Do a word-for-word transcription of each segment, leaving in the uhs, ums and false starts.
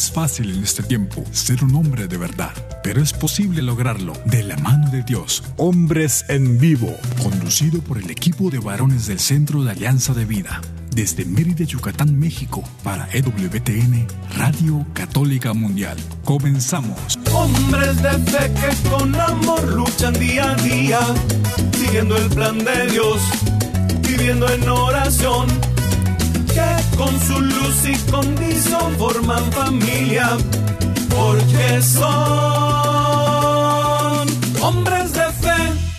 es fácil en este tiempo ser un hombre de verdad, pero es posible lograrlo de la mano de Dios. Hombres en Vivo, conducido por el equipo de varones del Centro de Alianza de Vida, desde Mérida, Yucatán, México, para E W T N, Radio Católica Mundial. Comenzamos. Hombres de fe que con amor luchan día a día, siguiendo el plan de Dios, viviendo en oración, que con su luz y condición forman familia, porque son hombres de fe.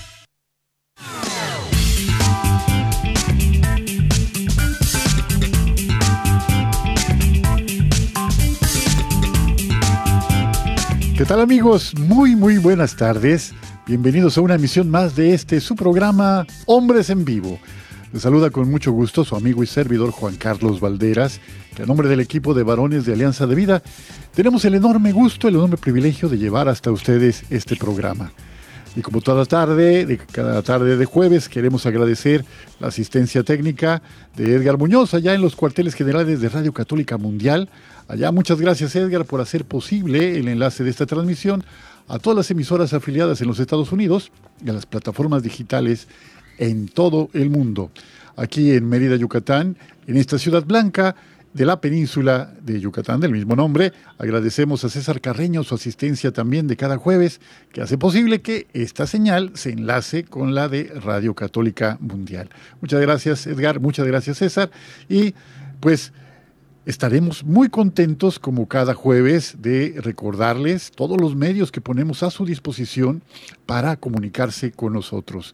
¿Qué tal, amigos? Muy, muy buenas tardes. Bienvenidos a una emisión más de este, su programa Hombres en Vivo. Les saluda con mucho gusto su amigo y servidor Juan Carlos Valderas, que a nombre del equipo de varones de Alianza de Vida, tenemos el enorme gusto, el enorme privilegio de llevar hasta ustedes este programa. Y como toda tarde, de cada tarde de jueves, queremos agradecer la asistencia técnica de Edgar Muñoz, allá en los cuarteles generales de Radio Católica Mundial. Allá, muchas gracias, Edgar, por hacer posible el enlace de esta transmisión a todas las emisoras afiliadas en los Estados Unidos y a las plataformas digitales en todo el mundo. Aquí en Mérida, Yucatán, en esta ciudad blanca de la península de Yucatán, del mismo nombre, agradecemos a César Carreño su asistencia también de cada jueves, que hace posible que esta señal se enlace con la de Radio Católica Mundial. Muchas gracias, Edgar, muchas gracias, César, y pues estaremos muy contentos, como cada jueves, de recordarles todos los medios que ponemos a su disposición para comunicarse con nosotros.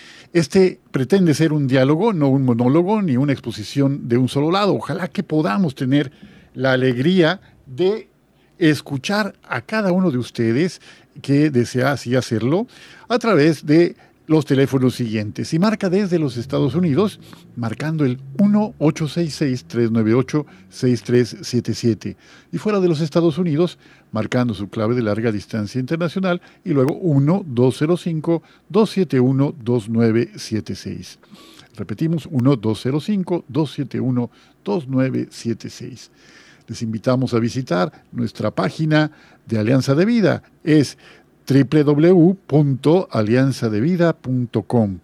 Este pretende ser un diálogo, no un monólogo, ni una exposición de un solo lado. Ojalá que podamos tener la alegría de escuchar a cada uno de ustedes que desea así hacerlo a través de los teléfonos siguientes. Y marca desde los Estados Unidos, marcando el uno ocho seis seis, tres nueve ocho, seis tres siete siete. Y fuera de los Estados Unidos, marcando su clave de larga distancia internacional y luego uno dos cero cinco, dos siete uno, dos nueve siete seis. Repetimos, uno dos cero cinco, dos siete uno, dos nueve siete seis. Les invitamos a visitar nuestra página de Alianza de Vida. Es doble u doble u doble u punto alianza de vida punto com.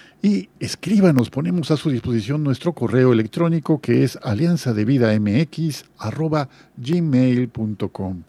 Y escríbanos, ponemos a su disposición nuestro correo electrónico, que es alianzadevidamx arroba gmail punto com.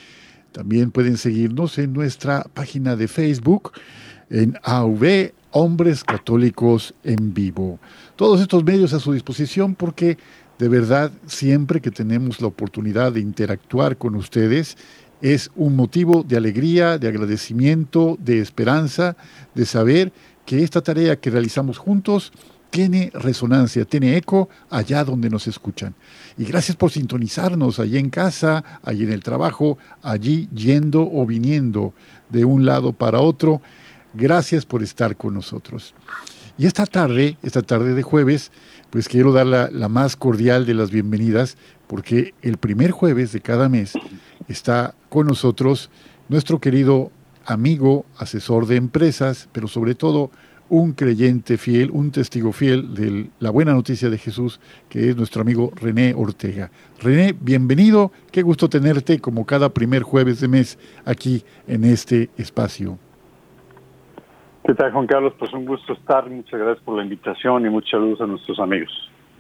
También pueden seguirnos en nuestra página de Facebook, en A V, Hombres Católicos en Vivo. Todos estos medios a su disposición porque, de verdad, siempre que tenemos la oportunidad de interactuar con ustedes, es un motivo de alegría, de agradecimiento, de esperanza, de saber que esta tarea que realizamos juntos tiene resonancia, tiene eco allá donde nos escuchan. Y gracias por sintonizarnos allí en casa, allí en el trabajo, allí yendo o viniendo de un lado para otro. Gracias por estar con nosotros. Y esta tarde, esta tarde de jueves, pues quiero dar la, la más cordial de las bienvenidas, porque el primer jueves de cada mes está con nosotros nuestro querido amigo, asesor de empresas, pero sobre todo un creyente fiel, un testigo fiel de la buena noticia de Jesús, que es nuestro amigo René Ortega. René, bienvenido, qué gusto tenerte como cada primer jueves de mes aquí en este espacio. ¿Qué tal, Juan Carlos? Pues un gusto estar, muchas gracias por la invitación y muchos saludos a nuestros amigos.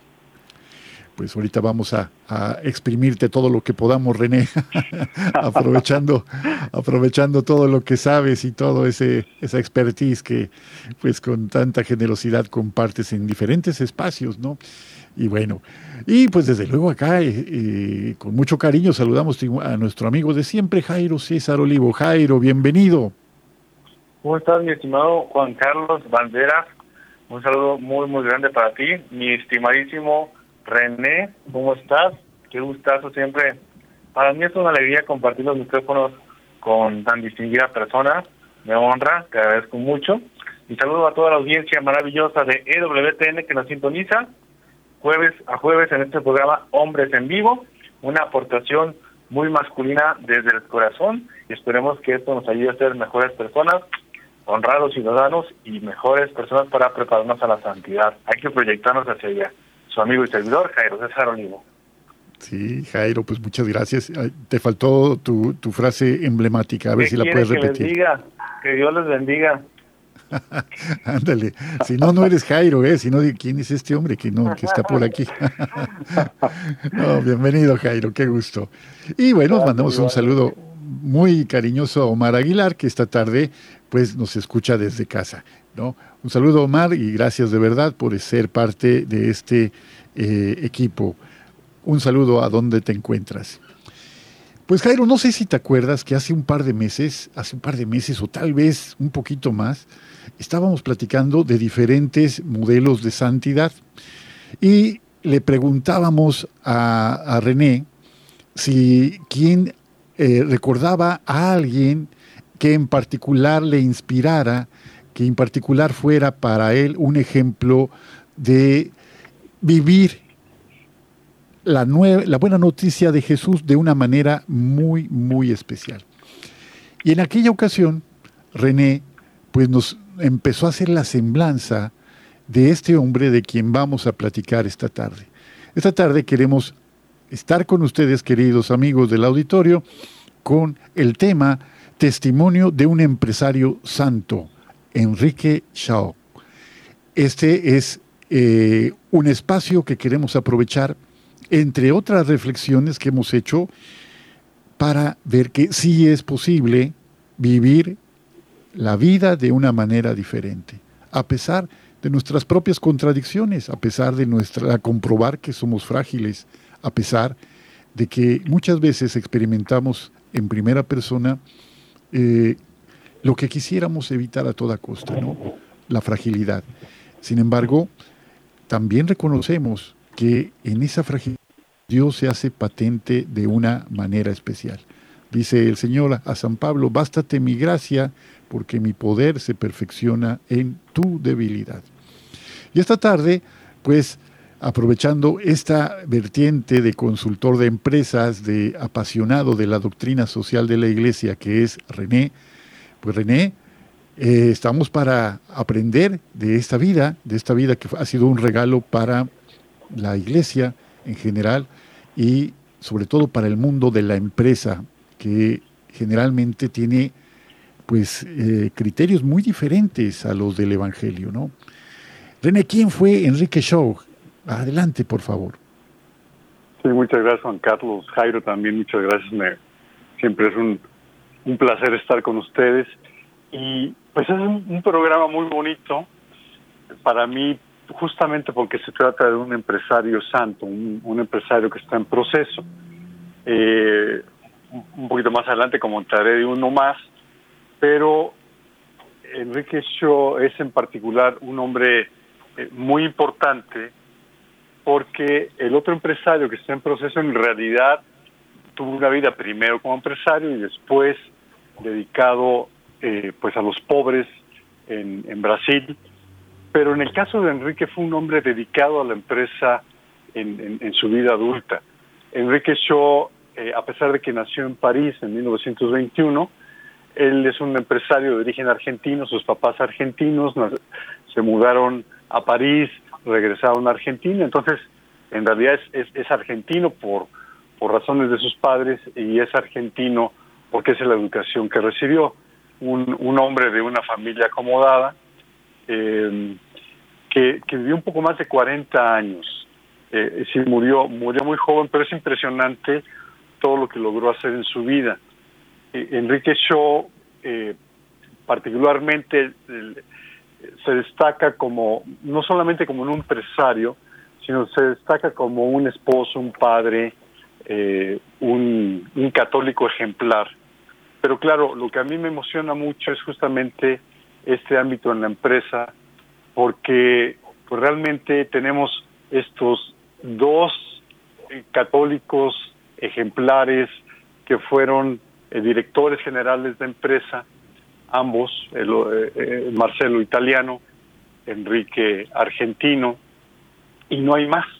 Pues ahorita vamos a, a exprimirte todo lo que podamos, René, aprovechando, aprovechando todo lo que sabes y todo ese esa expertise que pues con tanta generosidad compartes en diferentes espacios, ¿no? Y bueno, y pues desde luego acá, eh, eh, con mucho cariño saludamos a nuestro amigo de siempre, Jairo César Olivo. Jairo, bienvenido. ¿Cómo estás, mi estimado Juan Carlos Valderas? Un saludo muy, muy grande para ti, mi estimadísimo René, ¿cómo estás? Qué gustazo siempre. Para mí es una alegría compartir los micrófonos con tan distinguida persona. Me honra, te agradezco mucho. Y saludo a toda la audiencia maravillosa de E W T N que nos sintoniza jueves a jueves en este programa Hombres en Vivo. Una aportación muy masculina desde el corazón y esperemos que esto nos ayude a ser mejores personas, honrados ciudadanos y mejores personas para prepararnos a la santidad. Hay que proyectarnos hacia allá. Su amigo y servidor, Jairo César Olivo. Sí, Jairo, pues muchas gracias. Te faltó tu, tu frase emblemática, a ver si la puedes repetir. Que les diga, que Dios les bendiga. Ándale, si no, no eres Jairo, ¿eh? Si no, ¿quién es este hombre que no que está por aquí? No, bienvenido, Jairo, qué gusto. Y bueno, nos mandamos un saludo muy cariñoso a Omar Aguilar, que esta tarde pues nos escucha desde casa, ¿no? Un saludo, Omar, y gracias de verdad por ser parte de este eh, equipo. Un saludo a donde te encuentras. Pues Jairo, no sé si te acuerdas que hace un par de meses, hace un par de meses o tal vez un poquito más, estábamos platicando de diferentes modelos de santidad y le preguntábamos a, a René si quién eh, recordaba a alguien que en particular le inspirara, que en particular fuera para él un ejemplo de vivir la, nueva, la buena noticia de Jesús de una manera muy, muy especial. Y en aquella ocasión, René pues nos empezó a hacer la semblanza de este hombre de quien vamos a platicar esta tarde. Esta tarde queremos estar con ustedes, queridos amigos del auditorio, con el tema Testimonio de un empresario santo, Enrique Shaw. Este es eh, un espacio que queremos aprovechar, entre otras reflexiones que hemos hecho, para ver que sí es posible vivir la vida de una manera diferente, a pesar de nuestras propias contradicciones, a pesar de nuestra, a comprobar que somos frágiles, a pesar de que muchas veces experimentamos en primera persona eh, lo que quisiéramos evitar a toda costa, ¿no? La fragilidad. Sin embargo, también reconocemos que en esa fragilidad Dios se hace patente de una manera especial. Dice el Señor a San Pablo: bástate mi gracia, porque mi poder se perfecciona en tu debilidad. Y esta tarde, pues, aprovechando esta vertiente de consultor de empresas, de apasionado de la doctrina social de la Iglesia, que es René, pues René, eh, estamos para aprender de esta vida, de esta vida que ha sido un regalo para la Iglesia en general y sobre todo para el mundo de la empresa, que generalmente tiene pues eh, criterios muy diferentes a los del Evangelio, ¿no? René, ¿quién fue Enrique Shaw? Adelante, por favor. Sí, muchas gracias, Juan Carlos. Jairo, también muchas gracias. Me, siempre es un, un placer estar con ustedes. Y pues es un, un programa muy bonito para mí, justamente porque se trata de un empresario santo, un, un empresario que está en proceso. Eh, un poquito más adelante comentaré de uno más, pero Enrique Shaw es en particular un hombre eh, muy importante, porque el otro empresario que está en proceso en realidad tuvo una vida primero como empresario y después dedicado eh, pues a los pobres en, en Brasil. Pero en el caso de Enrique fue un hombre dedicado a la empresa en, en, en su vida adulta. Enrique Shaw, eh, a pesar de que nació en París en mil novecientos veintiuno, él es un empresario de origen argentino, sus papás argentinos se mudaron a París, regresaron a Argentina, entonces en realidad es, es, es argentino por, por razones de sus padres y es argentino porque es la educación que recibió. Un, un hombre de una familia acomodada, eh, que, que vivió un poco más de cuarenta años. Eh, sí, murió, murió muy joven, pero es impresionante todo lo que logró hacer en su vida. Eh, Enrique Shaw, eh, particularmente, eh, se destaca como, no solamente como un empresario, sino se destaca como un esposo, un padre, eh, un, un católico ejemplar. Pero claro, lo que a mí me emociona mucho es justamente este ámbito en la empresa, porque pues, realmente tenemos estos dos eh, católicos ejemplares que fueron eh, directores generales de empresa, ambos, el, eh, Marcelo italiano, Enrique argentino, y no hay más.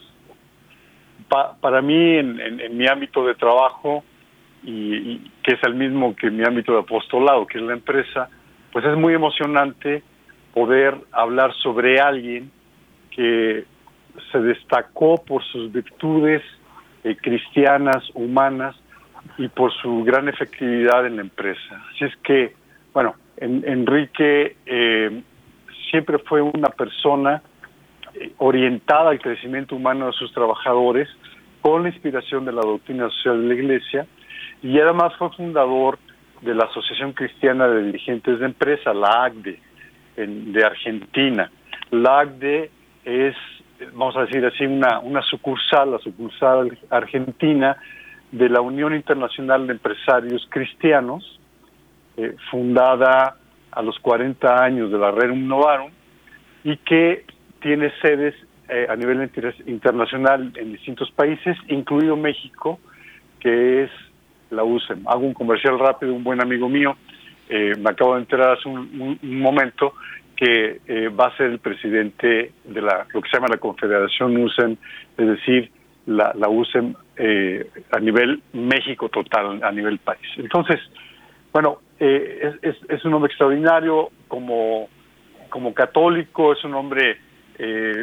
Pa, para mí, en, en, en mi ámbito de trabajo, y, y que es el mismo que mi ámbito de apostolado, que es la empresa, pues es muy emocionante poder hablar sobre alguien que se destacó por sus virtudes eh, cristianas, humanas y por su gran efectividad en la empresa. Así es que, bueno, en, Enrique eh, siempre fue una persona eh, orientada al crecimiento humano de sus trabajadores, con la inspiración de la doctrina social de la Iglesia, y además fue fundador de la Asociación Cristiana de Dirigentes de Empresa, la A C D E, en, de Argentina. La A C D E es, vamos a decir así, una, una sucursal, la sucursal argentina de la Unión Internacional de Empresarios Cristianos, eh, fundada a los cuarenta años de la Rerum Novarum, y que tiene sedes eh, a nivel inter- internacional en distintos países, incluido México, que es la U S E M. Hago un comercial rápido. Un buen amigo mío, eh, me acabo de enterar hace un, un, un momento que eh, va a ser el presidente de la lo que se llama la Confederación U S E M, es decir, la, la U S E M eh, a nivel México total, a nivel país. Entonces, bueno, eh, es, es, es un hombre extraordinario como, como católico, es un hombre eh,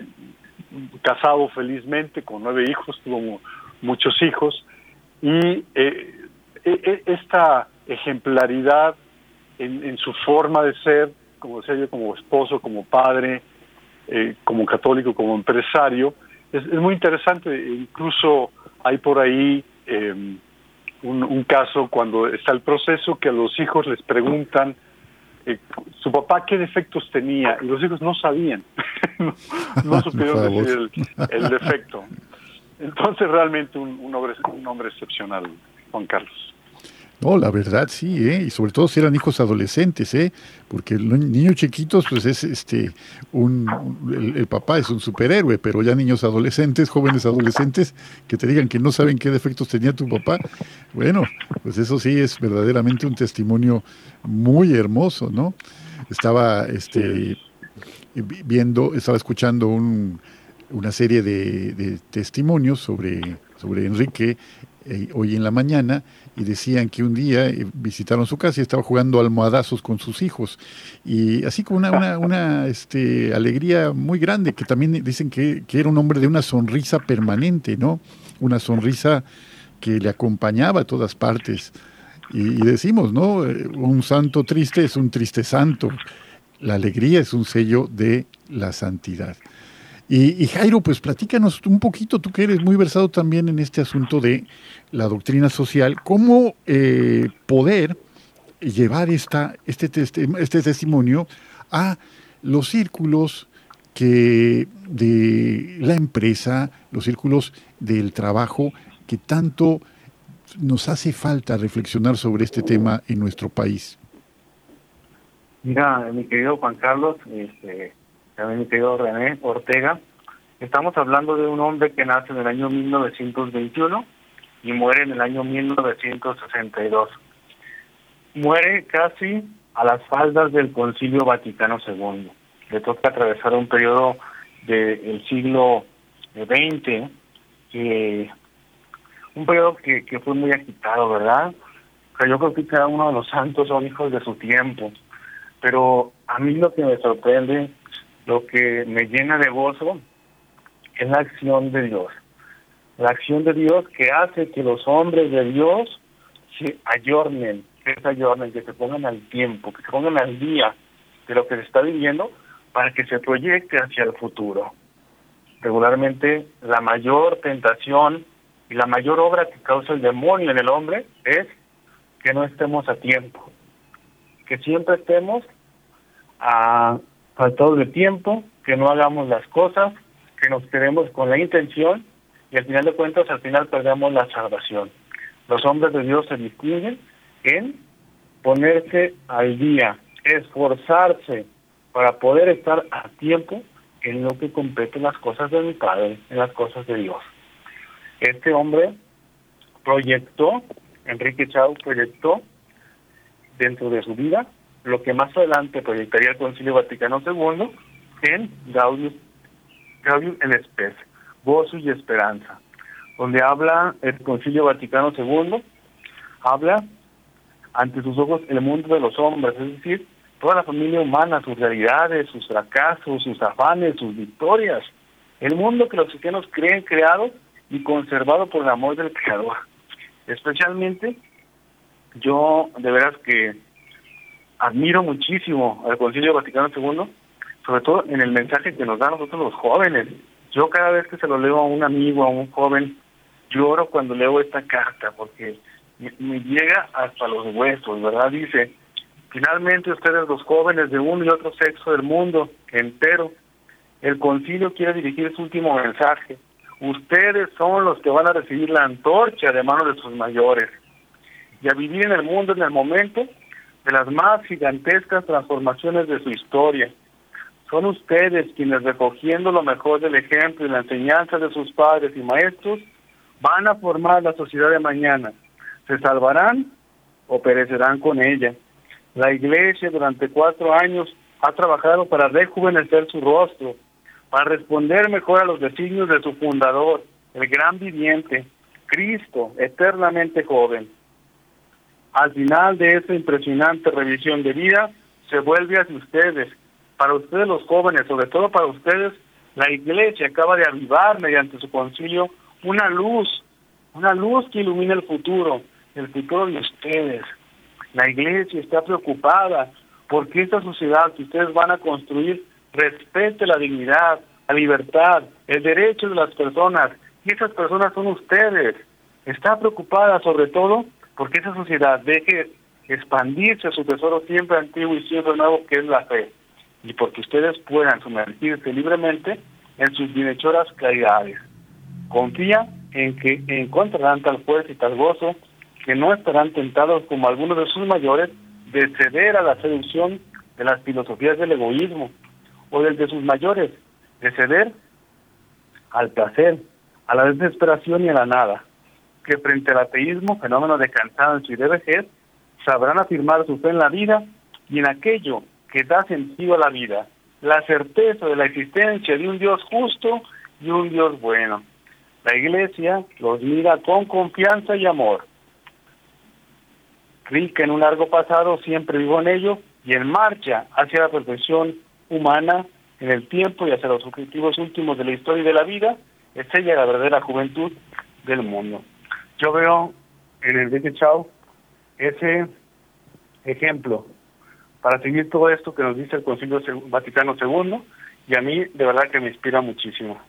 casado felizmente, con nueve hijos, tuvo muchos hijos, y eh, esta ejemplaridad en, en su forma de ser, como decía yo, como esposo, como padre, eh, como católico, como empresario, es, es muy interesante. Incluso hay por ahí eh, un, un caso cuando está el proceso que a los hijos les preguntan eh, su papá qué defectos tenía, y los hijos no sabían, no, no supieron decir el, el defecto. Entonces realmente un, un, hombre, un hombre excepcional, Juan Carlos. No, la verdad sí, ¿eh? Y sobre todo si eran hijos adolescentes, ¿eh? Porque los niños chiquitos, pues es este, un, el, el papá es un superhéroe, pero ya niños adolescentes, jóvenes adolescentes, que te digan que no saben qué defectos tenía tu papá, bueno, pues eso sí es verdaderamente un testimonio muy hermoso, ¿no? Estaba este viendo, estaba escuchando un, una serie de, de testimonios sobre, sobre Enrique eh, hoy en la mañana, y decían que un día visitaron su casa y estaba jugando almohadazos con sus hijos, y así con una, una, una este, alegría muy grande, que también dicen que, que era un hombre de una sonrisa permanente, ¿no? Una sonrisa que le acompañaba a todas partes. Y, y decimos, ¿no? Un santo triste es un triste santo. La alegría es un sello de la santidad. Y, y Jairo, pues platícanos un poquito, tú que eres muy versado también en este asunto de la doctrina social, cómo eh, poder llevar esta, este, este testimonio a los círculos que de la empresa, los círculos del trabajo, que tanto nos hace falta reflexionar sobre este tema en nuestro país. Mira, mi querido Juan Carlos, este... también mi querido René Ortega, estamos hablando de un hombre que nace en el año mil novecientos veintiuno y muere en el año mil novecientos sesenta y dos. Muere casi a las faldas del Concilio Vaticano segundo. Le toca atravesar un periodo del siglo veinte, que, un periodo que, que fue muy agitado, ¿verdad? Pero yo creo que cada uno de los santos son hijos de su tiempo. Pero a mí lo que me sorprende, lo que me llena de gozo, es la acción de Dios. La acción de Dios que hace que los hombres de Dios se ayornen, que se ayornen, que se pongan al tiempo, que se pongan al día de lo que se está viviendo para que se proyecte hacia el futuro. Regularmente la mayor tentación y la mayor obra que causa el demonio en el hombre es que no estemos a tiempo, que siempre estemos a faltados de tiempo, que no hagamos las cosas, que nos quedemos con la intención y al final de cuentas, al final perdemos la salvación. Los hombres de Dios se distinguen en ponerse al día, esforzarse para poder estar a tiempo en lo que compete las cosas de mi Padre, en las cosas de Dios. Este hombre proyectó, Enrique Chau proyectó dentro de su vida lo que más adelante proyectaría el Concilio Vaticano segundo en Gaudium, Gaudium et Spes, Gozo y Esperanza, donde habla el Concilio Vaticano segundo, habla ante sus ojos el mundo de los hombres, es decir, toda la familia humana, sus realidades, sus fracasos, sus afanes, sus victorias, el mundo que los cristianos creen creado y conservado por el amor del Creador. Especialmente, yo de veras que admiro muchísimo al Concilio Vaticano segundo, sobre todo en el mensaje que nos dan nosotros los jóvenes. Yo cada vez que se lo leo a un amigo, a un joven, lloro cuando leo esta carta, porque me, me llega hasta los huesos, ¿verdad? Dice: finalmente ustedes, los jóvenes de uno y otro sexo del mundo entero, el concilio quiere dirigir su último mensaje. Ustedes son los que van a recibir la antorcha de manos de sus mayores y a vivir en el mundo en el momento de las más gigantescas transformaciones de su historia. Son ustedes quienes, recogiendo lo mejor del ejemplo y la enseñanza de sus padres y maestros, van a formar la sociedad de mañana. ¿Se salvarán o perecerán con ella? La Iglesia durante cuatro años ha trabajado para rejuvenecer su rostro, para responder mejor a los designios de su fundador, el gran viviente, Cristo, eternamente joven. Al final de esta impresionante revisión de vida, se vuelve hacia ustedes. Para ustedes los jóvenes, sobre todo para ustedes, la Iglesia acaba de avivar mediante su concilio una luz, una luz que ilumina el futuro, el futuro de ustedes. La Iglesia está preocupada porque esta sociedad que ustedes van a construir respete la dignidad, la libertad, el derecho de las personas, y esas personas son ustedes. Está preocupada sobre todo porque esa sociedad deje expandirse su tesoro siempre antiguo y siempre nuevo, que es la fe, y porque ustedes puedan sumergirse libremente en sus bienhechoras claridades. Confía en que encontrarán tal fuerza y tal gozo que no estarán tentados como algunos de sus mayores de ceder a la seducción de las filosofías del egoísmo, o del de sus mayores de ceder al placer, a la desesperación y a la nada, que frente al ateísmo, fenómeno de cansancio y de vejez, sabrán afirmar su fe en la vida y en aquello que da sentido a la vida, la certeza de la existencia de un Dios justo y un Dios bueno. La Iglesia los mira con confianza y amor. Rica en un largo pasado, siempre vivo en ello, y en marcha hacia la perfección humana en el tiempo y hacia los objetivos últimos de la historia y de la vida, es ella la verdadera juventud del mundo. Yo veo en Enrique Chau ese ejemplo para seguir todo esto que nos dice el Concilio Vaticano segundo, y a mí de verdad que me inspira muchísimo.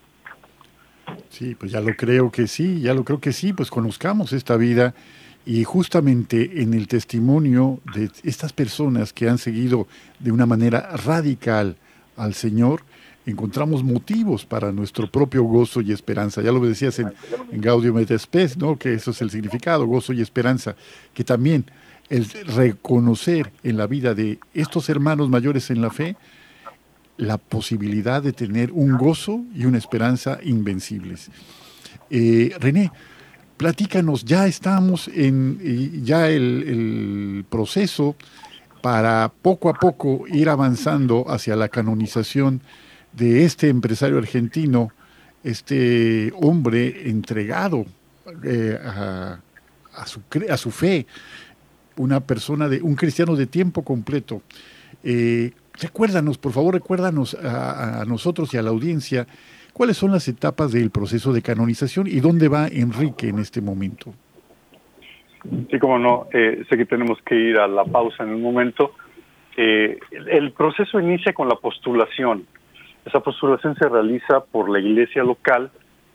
Sí, pues ya lo creo que sí, ya lo creo que sí, pues conozcamos esta vida. Y justamente en el testimonio de estas personas que han seguido de una manera radical al Señor, encontramos motivos para nuestro propio gozo y esperanza. Ya lo decías en, en Gaudium et Spes, ¿no? Que eso es el significado, gozo y esperanza. Que también el reconocer en la vida de estos hermanos mayores en la fe la posibilidad de tener un gozo y una esperanza invencibles. Eh, René, platícanos, ya estamos en ya el, el proceso para poco a poco ir avanzando hacia la canonización de este empresario argentino, este hombre entregado eh, a, a, su, a su fe, una persona, de un cristiano de tiempo completo. Eh, recuérdanos, por favor, recuérdanos a, a nosotros y a la audiencia, ¿cuáles son las etapas del proceso de canonización y dónde va Enrique en este momento? Sí, como no, eh, sé que tenemos que ir a la pausa en un momento. Eh, el, el proceso inicia con la postulación. Esa postulación se realiza por la iglesia local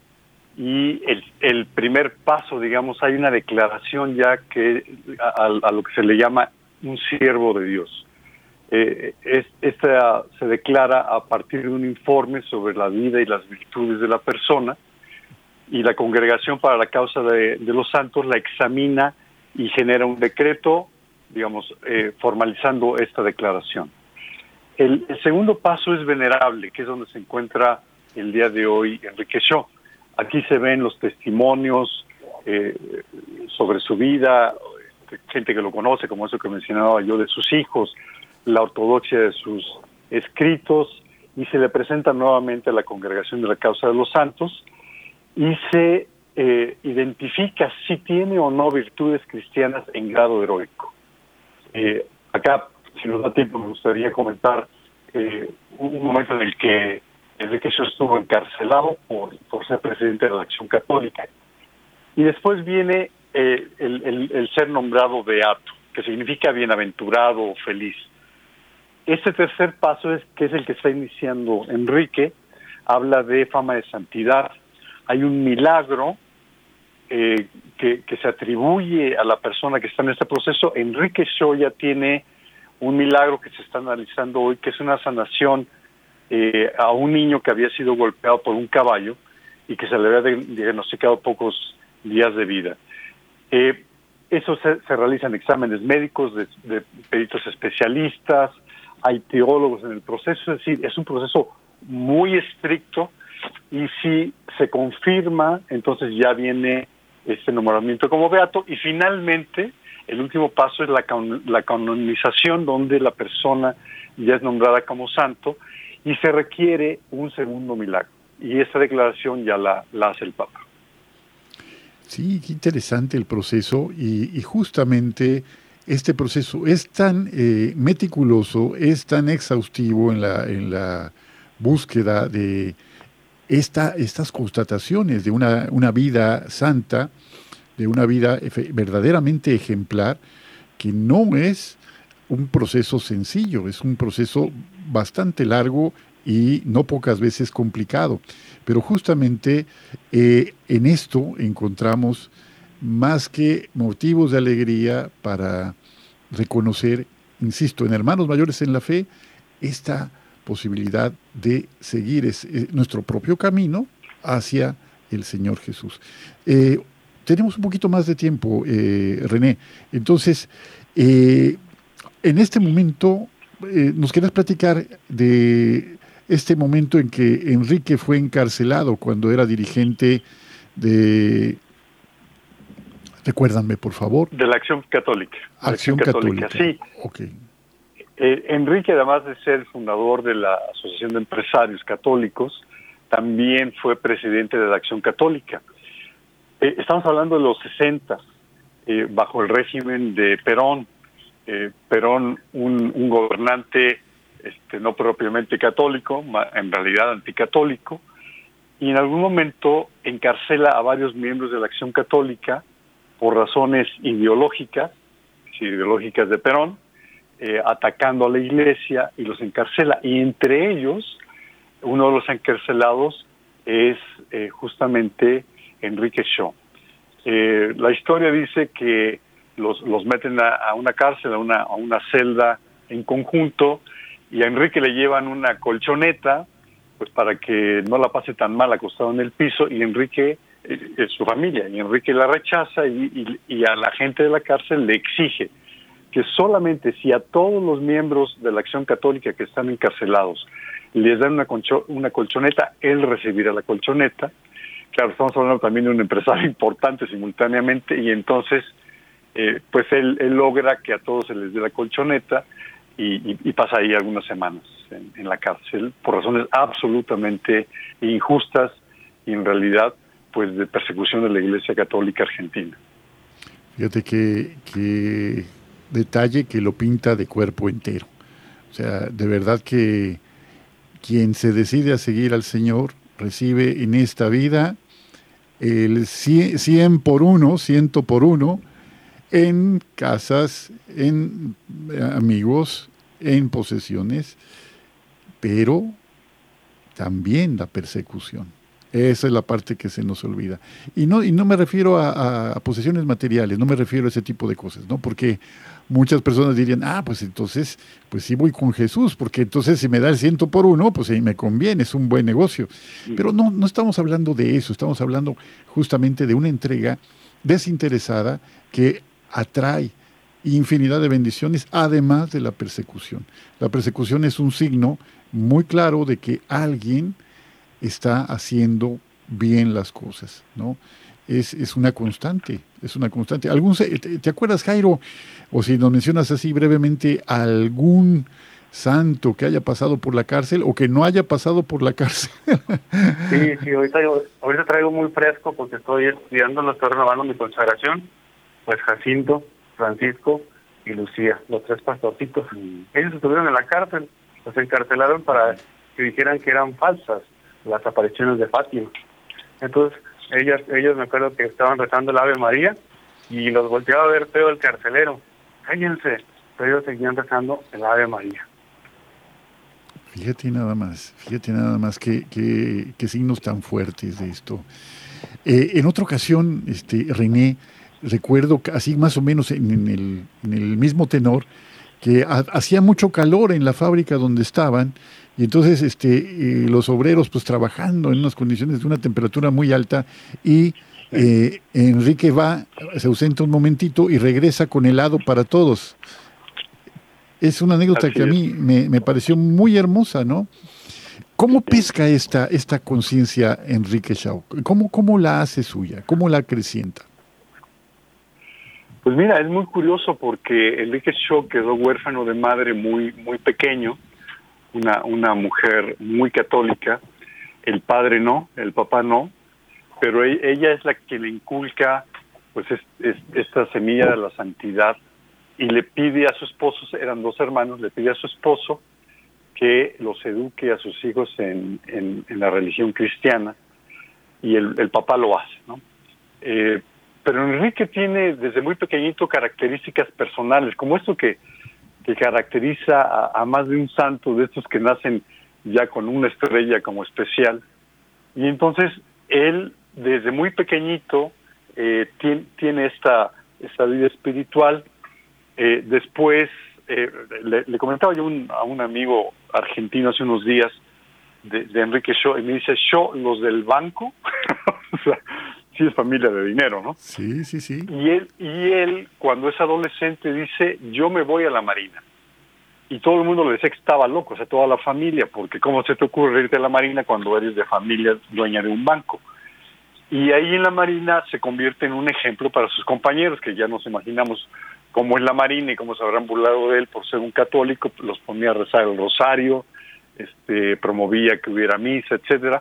y el, el primer paso, digamos, hay una declaración ya que a, a lo que se le llama un siervo de Dios. Eh, es, esta se declara a partir de un informe sobre la vida y las virtudes de la persona, y la Congregación para la Causa de, de los Santos la examina y genera un decreto, digamos, eh, formalizando esta declaración. El, el segundo paso es venerable, que es donde se encuentra el día de hoy Enrique Shaw. Aquí se ven los testimonios eh, sobre su vida, gente que lo conoce, como eso que mencionaba yo, de sus hijos, la ortodoxia de sus escritos, y se le presenta nuevamente a la Congregación de la Causa de los Santos, y se eh, identifica si tiene o no virtudes cristianas en grado heroico. Eh, acá, si nos da tiempo, me gustaría comentar eh, un momento en el que Enrique Shaw estuvo encarcelado por, por ser presidente de la Acción Católica. Y después viene eh, el, el, el ser nombrado beato, que significa bienaventurado o feliz. Este tercer paso, es que es el que está iniciando Enrique, habla de fama de santidad. Hay un milagro eh, que, que se atribuye a la persona que está en este proceso. Enrique Shaw ya tiene un milagro que se está analizando hoy, que es una sanación eh, a un niño que había sido golpeado por un caballo y que se le había diagnosticado pocos días de vida. Eh, eso se, se realizan exámenes médicos de, de peritos especialistas, hay teólogos en el proceso, es decir, es un proceso muy estricto, y si se confirma, entonces ya viene este nombramiento como beato, y finalmente el último paso es la, can- la canonización, donde la persona ya es nombrada como santo, y se requiere un segundo milagro, y esa declaración ya la, la hace el Papa. Sí, qué interesante el proceso, y, y justamente este proceso es tan eh, meticuloso, es tan exhaustivo en la, en la búsqueda de esta, estas constataciones de una, una vida santa, de una vida verdaderamente ejemplar, que no es un proceso sencillo, es un proceso bastante largo y no pocas veces complicado. Pero justamente eh, en esto encontramos más que motivos de alegría para reconocer, insisto, en hermanos mayores en la fe, esta posibilidad de seguir es, es nuestro propio camino hacia el Señor Jesús. Eh, tenemos un poquito más de tiempo, eh, René. Entonces, eh, en este momento, eh, ¿nos quieres platicar de este momento en que Enrique fue encarcelado cuando era dirigente de... Recuérdanme, por favor. De la Acción Católica. Acción, Acción Católica. Católica, sí. Okay. Eh, Enrique, además de ser fundador de la Asociación de Empresarios Católicos, también fue presidente de la Acción Católica. Eh, estamos hablando de los sesenta, eh, bajo el régimen de Perón. Eh, Perón, un, un gobernante este, no propiamente católico, en realidad anticatólico, y en algún momento encarcela a varios miembros de la Acción Católica por razones ideológicas, ideológicas de Perón, eh, atacando a la Iglesia, y los encarcela. Y entre ellos, uno de los encarcelados es eh, justamente Enrique Shaw. Eh, la historia dice que los, los meten a, a una cárcel, a una, a una celda en conjunto, y a Enrique le llevan una colchoneta, pues para que no la pase tan mal acostado en el piso, y Enrique, eh, su familia, y Enrique la rechaza, y, y, y a la gente de la cárcel le exige que solamente si a todos los miembros de la Acción Católica que están encarcelados les dan una, concho, una colchoneta, él recibirá la colchoneta. Claro, estamos hablando también de un empresario importante simultáneamente, y entonces eh, pues él, él logra que a todos se les dé la colchoneta, y, y, y pasa ahí algunas semanas en, en la cárcel por razones absolutamente injustas y en realidad pues de persecución de la Iglesia Católica Argentina. Fíjate que, que detalle que lo pinta de cuerpo entero. O sea, de verdad que quien se decide a seguir al Señor recibe en esta vida el cien por uno, ciento por uno, en casas, en amigos, en posesiones, pero también la persecución. Esa es la parte que se nos olvida. Y no, y no me refiero a, a, a posesiones materiales, no me refiero a ese tipo de cosas, ¿no? Porque muchas personas dirían, ah, pues entonces, pues sí voy con Jesús, porque entonces si me da el ciento por uno, pues ahí me conviene, es un buen negocio. Pero no, no estamos hablando de eso, estamos hablando justamente de una entrega desinteresada que atrae infinidad de bendiciones, además de la persecución. La persecución es un signo muy claro de que alguien está haciendo bien las cosas, ¿no? Es, es una constante, es una constante. ¿Algún, te, ¿Te acuerdas, Jairo, o si nos mencionas así brevemente, algún santo que haya pasado por la cárcel o que no haya pasado por la cárcel? Sí, sí, ahorita, ahorita traigo muy fresco porque estoy estudiando, no estoy renovando mi consagración, pues Jacinto, Francisco y Lucía, los tres pastorcitos. Ellos estuvieron en la cárcel, los encarcelaron para que dijeran que eran falsas las apariciones de Fátima. Entonces, ellas, ellos me acuerdo que estaban rezando el Ave María y los volteaba a ver feo el carcelero. Cállense, pero ellos seguían rezando el Ave María. Fíjate nada más, fíjate nada más qué, qué, qué signos tan fuertes de esto. Eh, en otra ocasión, este, René, recuerdo así más o menos en, en, el, en el mismo tenor, que ha, hacía mucho calor en la fábrica donde estaban, y entonces este, eh, los obreros pues trabajando en unas condiciones de una temperatura muy alta, y eh, Enrique va, se ausenta un momentito y regresa con helado para todos. Es una anécdota Así que a mí me, me pareció muy hermosa, ¿no? ¿Cómo pesca esta, esta conciencia Enrique Shaw? ¿Cómo, ¿Cómo la hace suya? ¿Cómo la acrecienta? Pues mira, es muy curioso porque Enrique Shaw quedó huérfano de madre muy muy pequeño, una una mujer muy católica, el padre no, el papá no, pero ella es la que le inculca pues es, es, esta semilla de la santidad y le pide a su esposo, eran dos hermanos, le pide a su esposo que los eduque a sus hijos en, en, en la religión cristiana, y el, el papá lo hace, ¿no? Eh, pero Enrique tiene desde muy pequeñito características personales, como esto que, que caracteriza a, a más de un santo, de estos que nacen ya con una estrella como especial, y entonces él desde muy pequeñito eh, tiene, tiene esta, esta vida espiritual. Eh, después, eh, le, le comentaba yo un, a un amigo argentino hace unos días de, de Enrique Shaw, y me dice, Shaw, los del banco, o sea, sí es familia de dinero, ¿no? Sí, sí, sí. Y él, y él, cuando es adolescente, dice, yo me voy a la Marina. Y todo el mundo le decía que estaba loco, o sea, toda la familia, porque ¿cómo se te ocurre irte a la Marina cuando eres de familia dueña de un banco? Y ahí en la Marina se convierte en un ejemplo para sus compañeros, que ya nos imaginamos cómo es la Marina y cómo se habrán burlado de él por ser un católico, los ponía a rezar el rosario, este, promovía que hubiera misa, etcétera,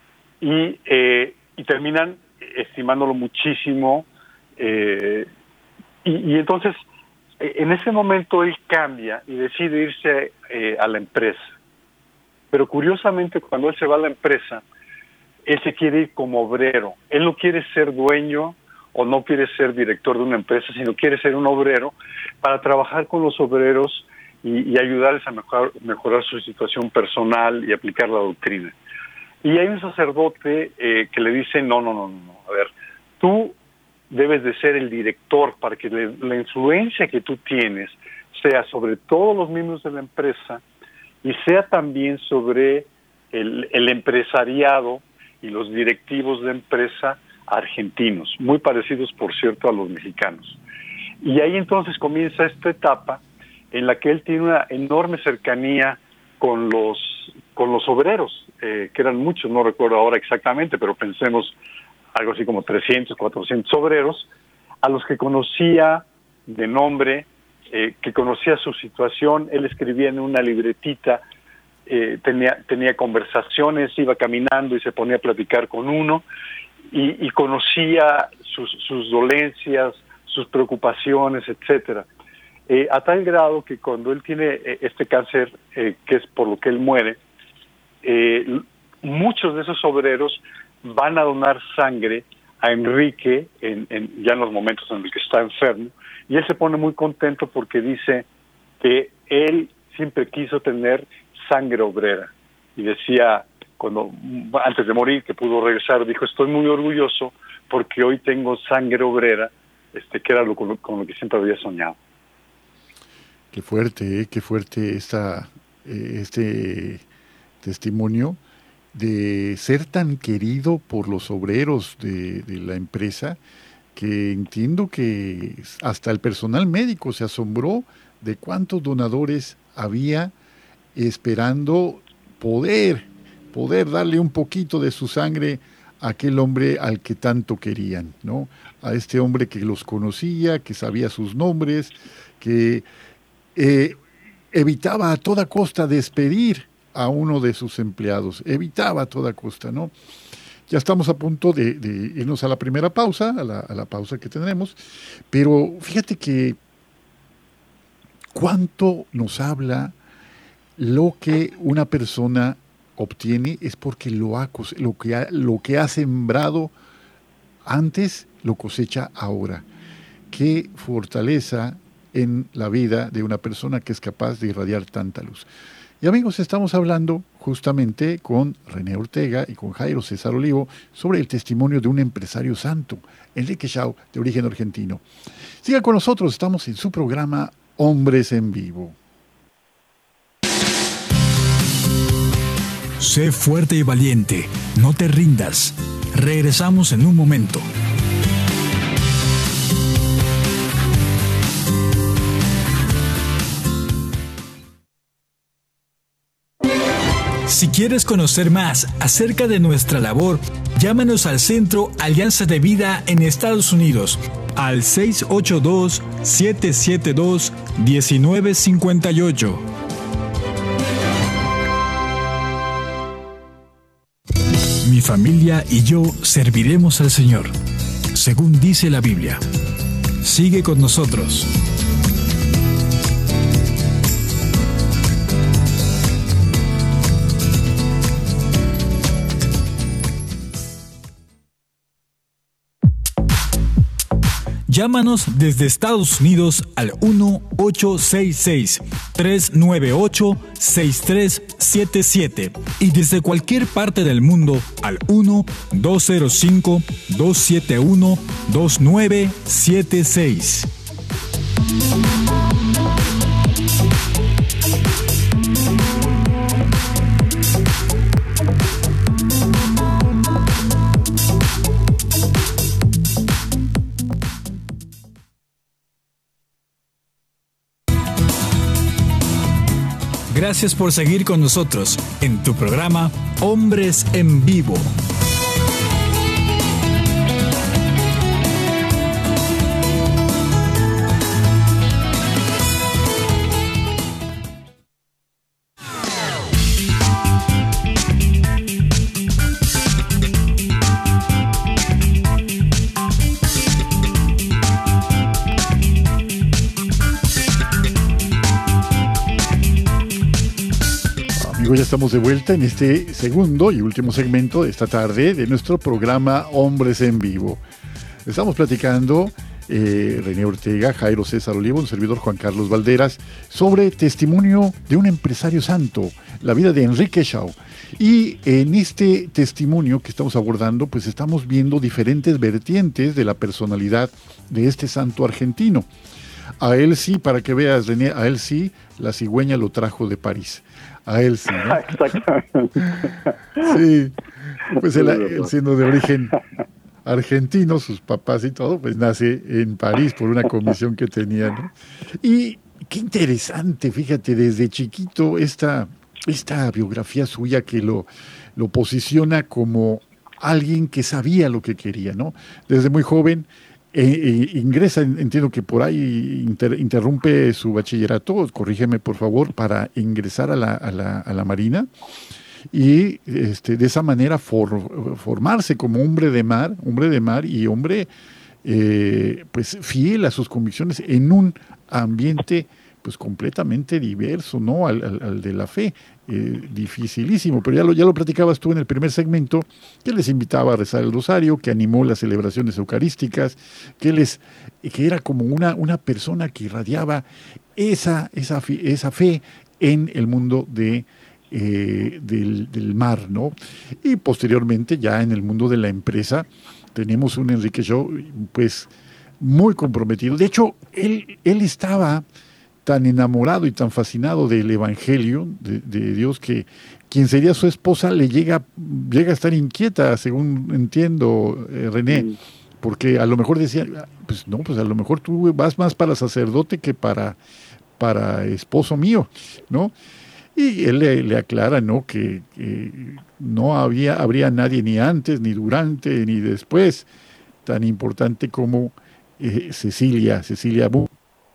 y, eh, y terminan estimándolo muchísimo, eh, y, y entonces en ese momento él cambia y decide irse eh, a la empresa. Pero curiosamente, cuando él se va a la empresa, él se quiere ir como obrero. Él no quiere ser dueño o no quiere ser director de una empresa, sino quiere ser un obrero para trabajar con los obreros y, y ayudarles a mejorar, mejorar su situación personal y aplicar la doctrina. Y hay un sacerdote eh, que le dice, no, no, no, no, a ver, tú debes de ser el director para que le, la influencia que tú tienes sea sobre todos los miembros de la empresa y sea también sobre el, el empresariado y los directivos de empresa argentinos, muy parecidos, por cierto, a los mexicanos. Y ahí entonces comienza esta etapa en la que él tiene una enorme cercanía con los con los obreros, eh, que eran muchos, no recuerdo ahora exactamente, pero pensemos algo así como trescientos, cuatrocientos obreros, a los que conocía de nombre, eh, que conocía su situación. Él escribía en una libretita, eh, tenía, tenía conversaciones, iba caminando y se ponía a platicar con uno, y, y conocía sus, sus dolencias, sus preocupaciones, etcétera. Eh, a tal grado que cuando él tiene eh, este cáncer, eh, que es por lo que él muere, eh, muchos de esos obreros van a donar sangre a Enrique en, en, ya en los momentos en los que está enfermo, y él se pone muy contento porque dice que él siempre quiso tener sangre obrera, y decía, cuando antes de morir, que pudo regresar, dijo, estoy muy orgulloso porque hoy tengo sangre obrera, este que era lo, con, lo, con lo que siempre había soñado. Qué fuerte, ¿eh? Qué fuerte esta, eh, este testimonio de ser tan querido por los obreros de, de la empresa, que entiendo que hasta el personal médico se asombró de cuántos donadores había esperando poder, poder darle un poquito de su sangre a aquel hombre al que tanto querían, ¿no? A este hombre que los conocía, que sabía sus nombres, que eh, evitaba a toda costa despedir a uno de sus empleados, evitaba a toda costa, ¿no? Ya estamos a punto de, de irnos a la primera pausa, a la, a la pausa que tendremos, pero fíjate que cuánto nos habla lo que una persona obtiene es porque lo, ha, lo, que ha, lo que ha sembrado antes lo cosecha ahora. Qué fortaleza en la vida de una persona que es capaz de irradiar tanta luz. Y amigos, estamos hablando justamente con René Ortega y con Jairo César Olivo sobre el testimonio de un empresario santo, Enrique Shaw, de origen argentino. Siga con nosotros, estamos en su programa Hombres en Vivo. Sé fuerte y valiente, no te rindas. Regresamos en un momento. Si quieres conocer más acerca de nuestra labor, llámanos al Centro Alianza de Vida en Estados Unidos al seis ocho dos, siete siete dos, uno nueve cinco ocho. Mi familia y yo serviremos al Señor, según dice la Biblia. Sigue con nosotros. Llámanos desde Estados Unidos al uno ocho seis seis, tres nueve ocho, seis tres siete siete y desde cualquier parte del mundo al uno dos cero cinco, dos siete uno, dos nueve siete seis. Gracias por seguir con nosotros en tu programa Hombres en Vivo. Ya estamos de vuelta en este segundo y último segmento de esta tarde de nuestro programa Hombres en Vivo. Estamos platicando eh, René Ortega, Jairo César Olivo, un servidor Juan Carlos Valderas, sobre testimonio de un empresario santo, la vida de Enrique Shaw. Y en este testimonio que estamos abordando, pues estamos viendo diferentes vertientes de la personalidad de este santo argentino. A él sí, para que veas, René, a él sí, la cigüeña lo trajo de París. A él sí, ¿no? Exactamente. Sí, pues él, él siendo de origen argentino, sus papás y todo, pues nace en París por una comisión que tenía, ¿no? Y qué interesante, fíjate, desde chiquito esta, esta biografía suya que lo, lo posiciona como alguien que sabía lo que quería, ¿no? Desde muy joven eh, eh, ingresa, entiendo que por ahí inter, interrumpe su bachillerato, corrígeme por favor, para ingresar a la, a la, a la Marina y este, de esa manera for, formarse como hombre de mar, hombre de mar y hombre eh, pues fiel a sus convicciones en un ambiente pues completamente diverso, ¿no? Al, al, al de la fe, eh, dificilísimo, pero ya lo, ya lo platicabas tú en el primer segmento, que les invitaba a rezar el rosario, que animó las celebraciones eucarísticas, que les, que era como una, una persona que irradiaba esa, esa, esa fe en el mundo de, eh, del, del mar, ¿no? Y posteriormente, ya en el mundo de la empresa, tenemos un Enrique Shaw, pues, muy comprometido. De hecho, él, él estaba tan enamorado y tan fascinado del Evangelio de, de Dios que quien sería su esposa le llega, llega a estar inquieta, según entiendo, eh, René, mm. porque a lo mejor decía, pues no, pues a lo mejor tú vas más para sacerdote que para, para esposo mío, ¿no? Y él le, le aclara, ¿no?, que, que no había, habría nadie ni antes, ni durante, ni después, tan importante como eh, Cecilia, Cecilia Bu.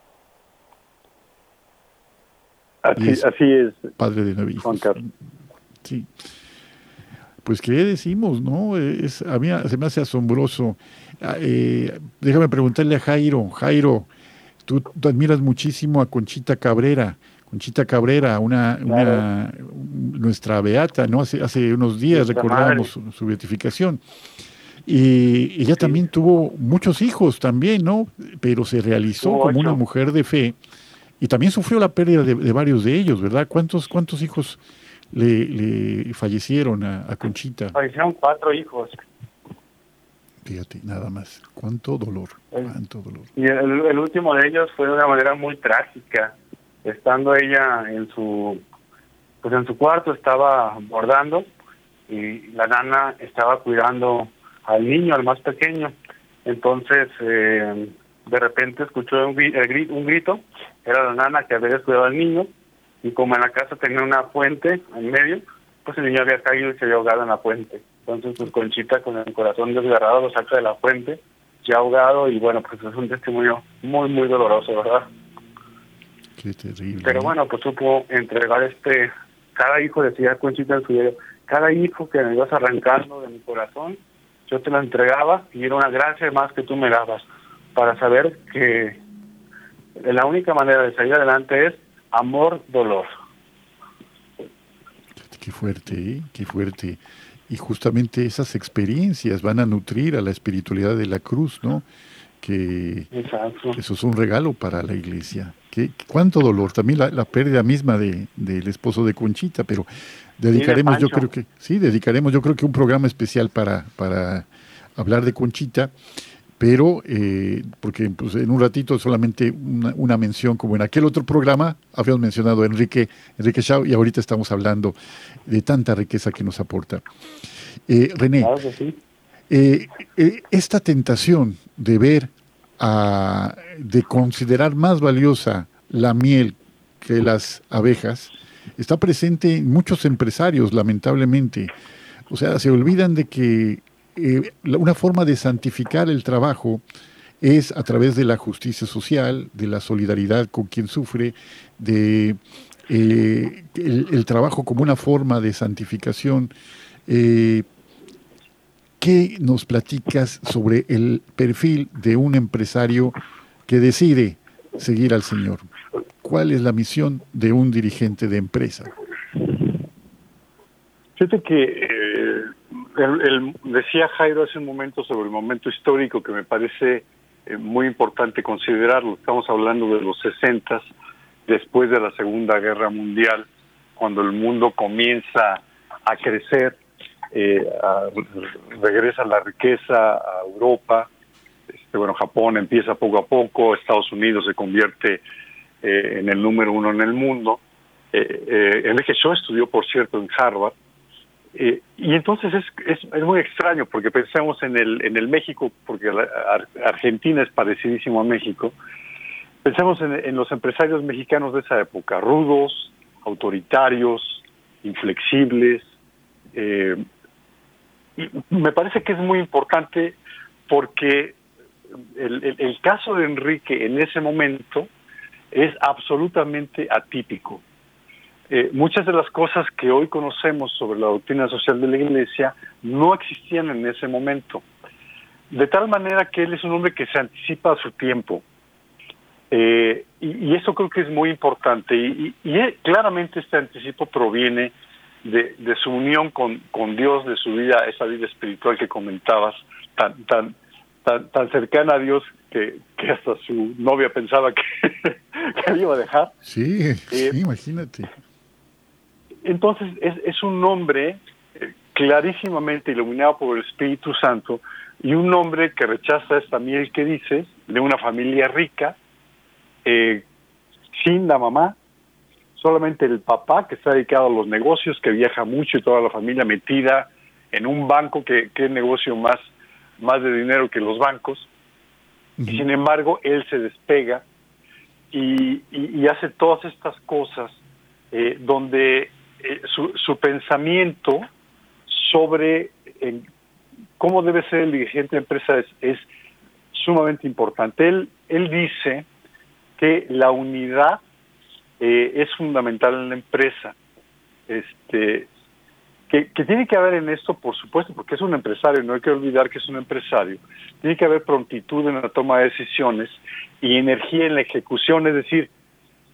Así, es así es. Padre de nueve hijos. Sí. Pues, ¿qué decimos, no? Es, a mí se me hace asombroso. Eh, déjame preguntarle a Jairo. Jairo, tú, tú admiras muchísimo a Conchita Cabrera. Conchita Cabrera, una, claro. una nuestra beata, ¿no? Hace, hace unos días nuestra recordábamos su, su beatificación. Y ella sí. también tuvo muchos hijos también, ¿no? Pero se realizó tuvo como ocho. Una mujer de fe y también sufrió la pérdida de, de varios de ellos, ¿verdad? ¿Cuántos, cuántos hijos le, le fallecieron a, a Conchita? Fallecieron cuatro hijos. Fíjate, nada más. Cuánto dolor, cuánto dolor. Y el, el último de ellos fue de una manera muy trágica. Estando ella en su, pues en su cuarto, estaba bordando y la nana estaba cuidando al niño, al más pequeño. Entonces, eh, de repente escuchó un, un grito. Era la nana que había descuidado al niño y como en la casa tenía una fuente en medio, pues el niño había caído y se había ahogado en la fuente. Entonces, pues Conchita, con el corazón desgarrado, lo saca de la fuente, ya ahogado, y bueno, pues es un testimonio muy, muy doloroso, ¿verdad? Qué terrible. Pero bueno, pues supo entregar este, cada hijo, decía Conchita en su diario, cada hijo que me ibas arrancando de mi corazón, yo te lo entregaba y era una gracia más que tú me dabas, para saber que la única manera de salir adelante es amor, dolor. Qué fuerte, ¿eh? Qué fuerte. Y justamente esas experiencias van a nutrir a la espiritualidad de la cruz, ¿no? Que, Exacto. que eso es un regalo para la iglesia. ¿Qué, cuánto dolor? También la, la pérdida misma de del esposo de Conchita, pero dedicaremos, sí, yo creo que, sí, dedicaremos yo creo que un programa especial para, para hablar de Conchita, pero eh, porque pues, en un ratito solamente una, una mención, como en aquel otro programa habíamos mencionado a Enrique, Enrique Shaw, y ahorita estamos hablando de tanta riqueza que nos aporta. Eh, René, claro que sí. eh, eh, esta tentación de ver, a, de considerar más valiosa la miel que las abejas, está presente en muchos empresarios, lamentablemente. O sea, se olvidan de que eh, una forma de santificar el trabajo es a través de la justicia social, de la solidaridad con quien sufre, de eh, el, el trabajo como una forma de santificación. Eh, ¿Qué nos platicas sobre el perfil de un empresario que decide seguir al Señor? ¿Cuál es la misión de un dirigente de empresa? Fíjate que eh, el, el, decía Jairo hace un momento sobre el momento histórico que me parece eh, muy importante considerarlo. Estamos hablando de los sesentas, después de la Segunda Guerra Mundial, cuando el mundo comienza a crecer, eh, a, regresa la riqueza a Europa. Este, bueno, Japón empieza poco a poco, Estados Unidos se convierte eh, en el número uno en el mundo. Eh, eh, Enrique Shaw estudió, por cierto, en Harvard. Eh, y entonces es, es es muy extraño porque pensamos en el en el México, porque la, Argentina es parecidísimo a México. Pensamos en, en los empresarios mexicanos de esa época, rudos, autoritarios, inflexibles. Eh, y me parece que es muy importante porque el, el, el caso de Enrique en ese momento es absolutamente atípico. Eh, muchas de las cosas que hoy conocemos sobre la doctrina social de la Iglesia no existían en ese momento. De tal manera que él es un hombre que se anticipa a su tiempo. Eh, y, y eso creo que es muy importante. Y, y, y claramente este anticipo proviene de, de su unión con, con Dios, de su vida, esa vida espiritual que comentabas, tan tan tan, tan cercana a Dios que, que hasta su novia pensaba que, que le iba a dejar. Sí, eh, sí, imagínate. Entonces es, es un hombre eh, clarísimamente iluminado por el Espíritu Santo y un hombre que rechaza esta miel que dices, de una familia rica, eh, sin la mamá, solamente el papá que está dedicado a los negocios, que viaja mucho y toda la familia metida en un banco que, que es negocio más, más de dinero que los bancos. Uh-huh. Y sin embargo él se despega y, y, y hace todas estas cosas eh, donde Eh, su, su pensamiento sobre eh, cómo debe ser el dirigente de empresa es, es sumamente importante. Él, él dice que la unidad eh, es fundamental en la empresa, este, que, que tiene que haber en esto, por supuesto, porque es un empresario, no hay que olvidar que es un empresario, tiene que haber prontitud en la toma de decisiones y energía en la ejecución, es decir,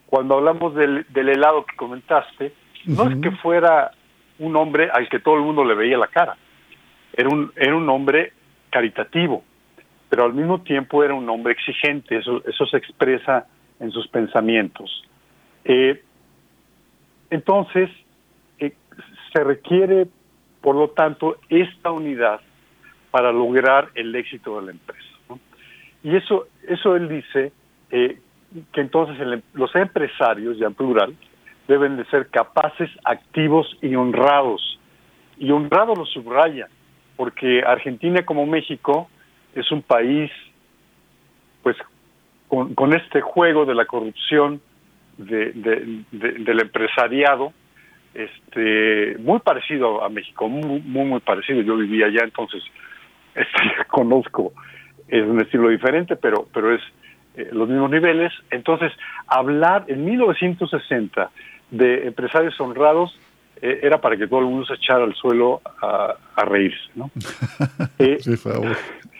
cuando hablamos del, del helado que comentaste, no uh-huh. es que fuera un hombre al que todo el mundo le veía la cara. Era un, era un hombre caritativo, pero al mismo tiempo era un hombre exigente. Eso, eso se expresa en sus pensamientos. Eh, entonces, eh, se requiere, por lo tanto, esta unidad para lograr el éxito de la empresa, ¿no? Y eso, eso él dice eh, que entonces el, los empresarios, ya en plural, deben de ser capaces, activos y honrados. Y honrado lo subraya, porque Argentina como México es un país pues con, con este juego de la corrupción de, de, de, del empresariado, este muy parecido a México, muy muy, muy parecido. Yo vivía allá, entonces este, conozco, es un estilo diferente, pero pero es eh, los mismos niveles. Entonces, hablar en mil novecientos sesenta de empresarios honrados eh, era para que todo el mundo se echara al suelo a, a reírse, ¿no? eh, Por favor.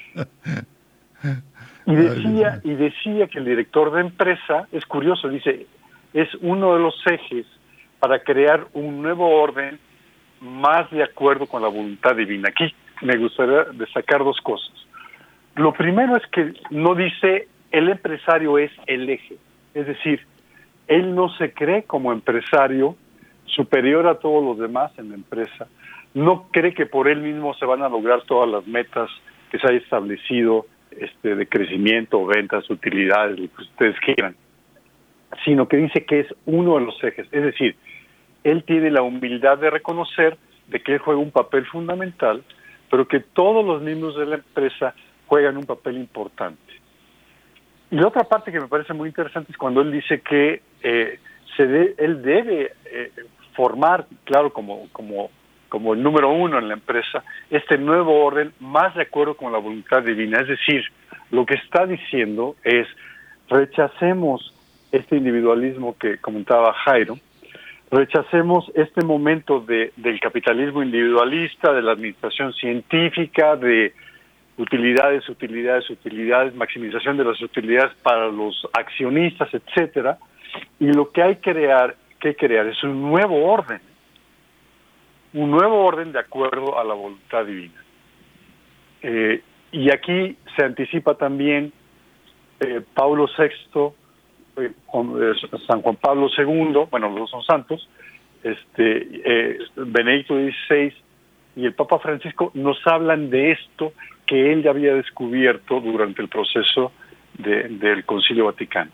y decía y decía que el director de empresa, es curioso, dice, es uno de los ejes para crear un nuevo orden más de acuerdo con la voluntad divina. Aquí me gustaría destacar dos cosas. Lo primero es que no dice el empresario es el eje, es decir, él no se cree como empresario superior a todos los demás en la empresa, no cree que por él mismo se van a lograr todas las metas que se haya establecido este, de crecimiento, ventas, utilidades, lo que ustedes quieran, sino que dice que es uno de los ejes, es decir, él tiene la humildad de reconocer de que él juega un papel fundamental, pero que todos los miembros de la empresa juegan un papel importante. Y la otra parte que me parece muy interesante es cuando él dice que eh, se de, él debe eh, formar, claro, como, como, como el número uno en la empresa, este nuevo orden más de acuerdo con la voluntad divina. Es decir, lo que está diciendo es, rechacemos este individualismo que comentaba Jairo, rechacemos este momento de, del capitalismo individualista, de la administración científica, de utilidades, utilidades, utilidades, maximización de las utilidades para los accionistas, etcétera. Y lo que hay que crear, que crear es un nuevo orden, un nuevo orden de acuerdo a la voluntad divina. Eh, y aquí se anticipa también eh, Pablo sexto, eh, San Juan Pablo segundo, bueno, los dos son santos, este, eh, Benedicto dieciséis y el Papa Francisco nos hablan de esto que él ya había descubierto durante el proceso de, del Concilio Vaticano.